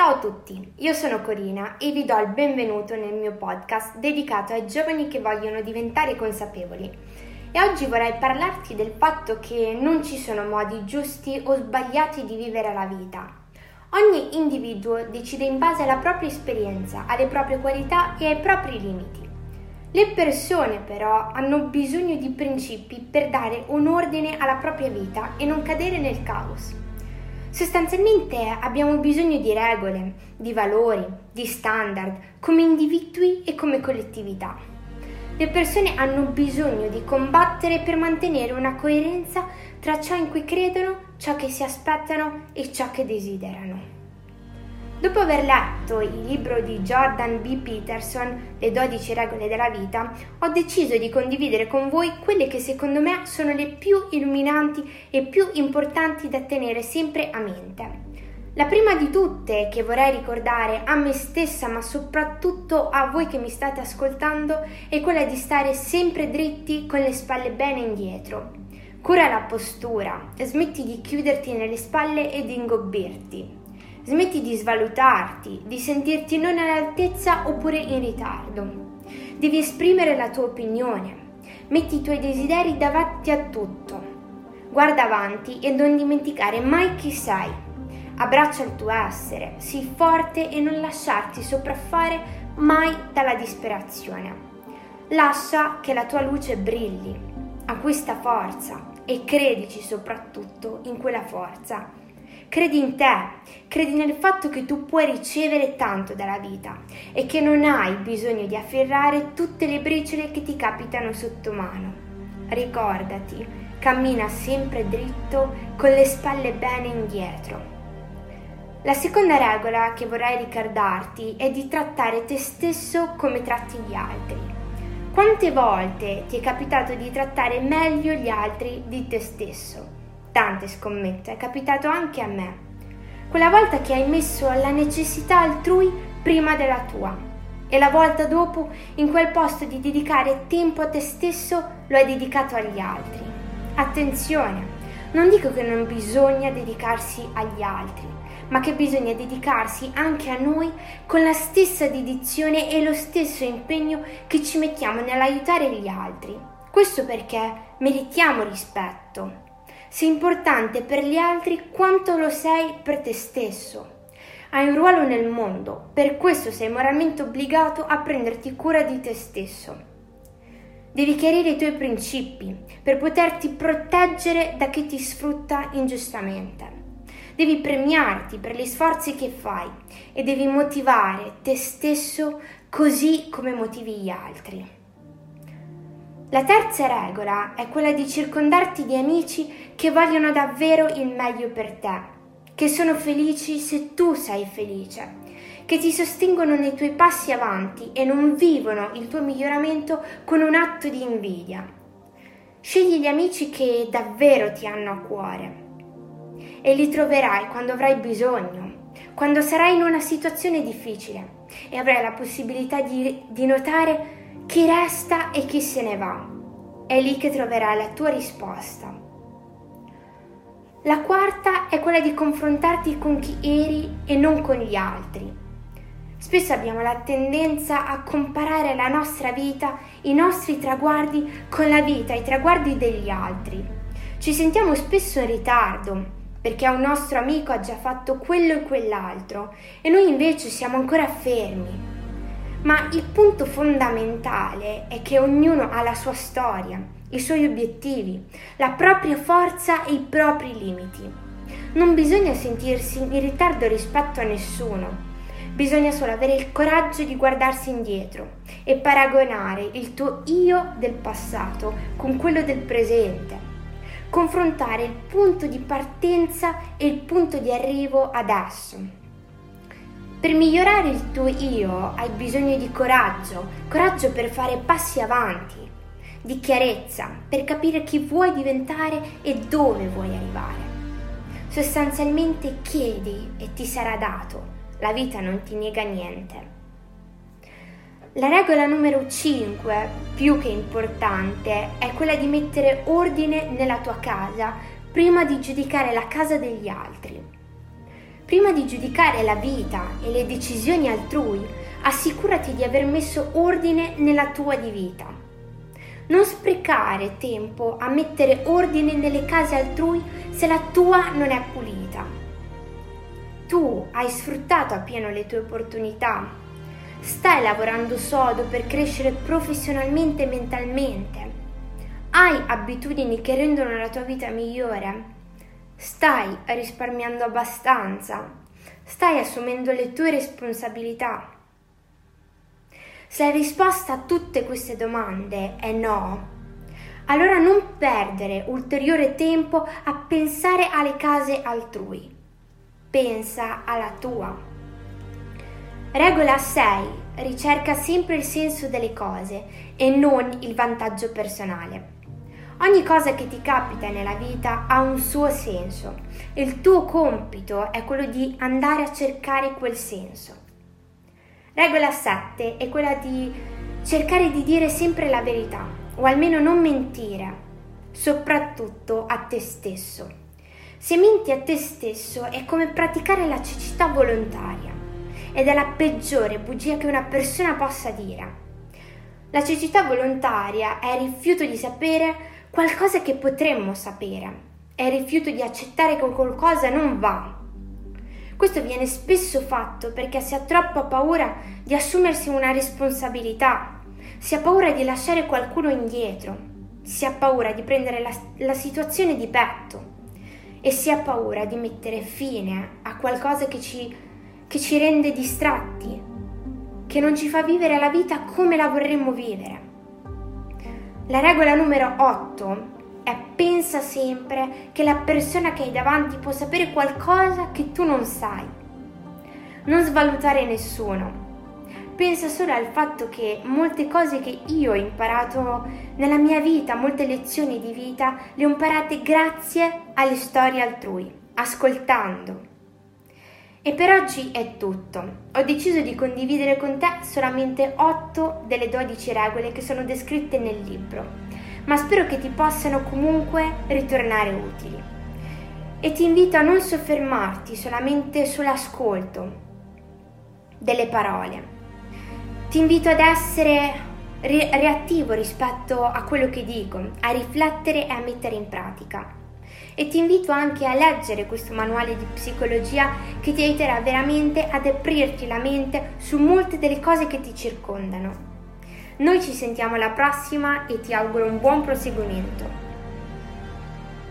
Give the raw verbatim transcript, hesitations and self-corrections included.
Ciao a tutti, io sono Corina e vi do il benvenuto nel mio podcast dedicato ai giovani che vogliono diventare consapevoli. E oggi vorrei parlarti del fatto che non ci sono modi giusti o sbagliati di vivere la vita. Ogni individuo decide in base alla propria esperienza, alle proprie qualità e ai propri limiti. Le persone però hanno bisogno di principi per dare un ordine alla propria vita e non cadere nel caos. Sostanzialmente abbiamo bisogno di regole, di valori, di standard, come individui e come collettività. Le persone hanno bisogno di combattere per mantenere una coerenza tra ciò in cui credono, ciò che si aspettano e ciò che desiderano. Dopo aver letto il libro di Jordan B. Peterson, Le dodici regole della vita, ho deciso di condividere con voi quelle che secondo me sono le più illuminanti e più importanti da tenere sempre a mente. La prima di tutte che vorrei ricordare a me stessa, ma soprattutto a voi che mi state ascoltando, è quella di stare sempre dritti con le spalle bene indietro. Cura la postura, smetti di chiuderti nelle spalle e di ingobbirti. Smetti di svalutarti, di sentirti non all'altezza oppure in ritardo. Devi esprimere la tua opinione. Metti i tuoi desideri davanti a tutto. Guarda avanti e non dimenticare mai chi sei. Abbraccia il tuo essere, sii forte e non lasciarti sopraffare mai dalla disperazione. Lascia che la tua luce brilli, acquista forza e credici soprattutto in quella forza. Credi in te, credi nel fatto che tu puoi ricevere tanto dalla vita e che non hai bisogno di afferrare tutte le briciole che ti capitano sotto mano. Ricordati, cammina sempre dritto con le spalle bene indietro. La seconda regola che vorrei ricordarti è di trattare te stesso come tratti gli altri. Quante volte ti è capitato di trattare meglio gli altri di te stesso? Tante scommetto, è capitato anche a me. Quella volta che hai messo la necessità altrui prima della tua e la volta dopo, in quel posto di dedicare tempo a te stesso, lo hai dedicato agli altri. Attenzione, non dico che non bisogna dedicarsi agli altri, ma che bisogna dedicarsi anche a noi con la stessa dedizione e lo stesso impegno che ci mettiamo nell'aiutare gli altri. Questo perché meritiamo rispetto. Sei importante per gli altri quanto lo sei per te stesso. Hai un ruolo nel mondo, per questo sei moralmente obbligato a prenderti cura di te stesso. Devi chiarire i tuoi principi per poterti proteggere da chi ti sfrutta ingiustamente. Devi premiarti per gli sforzi che fai e devi motivare te stesso così come motivi gli altri. La terza regola è quella di circondarti di amici che vogliono davvero il meglio per te, che sono felici se tu sei felice, che ti sostengono nei tuoi passi avanti e non vivono il tuo miglioramento con un atto di invidia. Scegli gli amici che davvero ti hanno a cuore e li troverai quando avrai bisogno, quando sarai in una situazione difficile e avrai la possibilità di, di notare chi resta e chi se ne va. È lì che troverai la tua risposta. La quarta è quella di confrontarti con chi eri e non con gli altri. Spesso abbiamo la tendenza a comparare la nostra vita, i nostri traguardi con la vita, i traguardi degli altri. Ci sentiamo spesso in ritardo perché un nostro amico ha già fatto quello e quell'altro e noi invece siamo ancora fermi. Ma il punto fondamentale è che ognuno ha la sua storia, i suoi obiettivi, la propria forza e i propri limiti. Non bisogna sentirsi in ritardo rispetto a nessuno, bisogna solo avere il coraggio di guardarsi indietro e paragonare il tuo io del passato con quello del presente, confrontare il punto di partenza e il punto di arrivo adesso. Per migliorare il tuo io hai bisogno di coraggio, coraggio per fare passi avanti, di chiarezza, per capire chi vuoi diventare e dove vuoi arrivare. Sostanzialmente chiedi e ti sarà dato, la vita non ti nega niente. La regola numero cinque, più che importante, è quella di mettere ordine nella tua casa prima di giudicare la casa degli altri. Prima di giudicare la vita e le decisioni altrui, assicurati di aver messo ordine nella tua di vita. Non sprecare tempo a mettere ordine nelle case altrui se la tua non è pulita. Tu hai sfruttato appieno le tue opportunità. Stai lavorando sodo per crescere professionalmente e mentalmente. Hai abitudini che rendono la tua vita migliore. Stai risparmiando abbastanza. Stai assumendo le tue responsabilità. Se la risposta a tutte queste domande è no, allora non perdere ulteriore tempo a pensare alle case altrui. Pensa alla tua. Regola sei. Ricerca sempre il senso delle cose e non il vantaggio personale. Ogni cosa che ti capita nella vita ha un suo senso e il tuo compito è quello di andare a cercare quel senso. Regola sette è quella di cercare di dire sempre la verità, o almeno non mentire, soprattutto a te stesso. Se menti a te stesso è come praticare la cecità volontaria ed è la peggiore bugia che una persona possa dire. La cecità volontaria è il rifiuto di sapere qualcosa che potremmo sapere, è il rifiuto di accettare che qualcosa non va. Questo viene spesso fatto perché si ha troppa paura di assumersi una responsabilità, si ha paura di lasciare qualcuno indietro, si ha paura di prendere la, la situazione di petto e si ha paura di mettere fine a qualcosa che ci, che ci rende distratti, che non ci fa vivere la vita come la vorremmo vivere. La regola numero otto è pensa sempre che la persona che hai davanti può sapere qualcosa che tu non sai. Non svalutare nessuno. Pensa solo al fatto che molte cose che io ho imparato nella mia vita, molte lezioni di vita, le ho imparate grazie alle storie altrui, ascoltando. E per oggi è tutto. Ho deciso di condividere con te solamente otto delle dodici regole che sono descritte nel libro, ma spero che ti possano comunque ritornare utili. E ti invito a non soffermarti solamente sull'ascolto delle parole. Ti invito ad essere re- reattivo rispetto a quello che dico, a riflettere e a mettere in pratica. E ti invito anche a leggere questo manuale di psicologia che ti aiuterà veramente ad aprirti la mente su molte delle cose che ti circondano. Noi ci sentiamo alla prossima e ti auguro un buon proseguimento.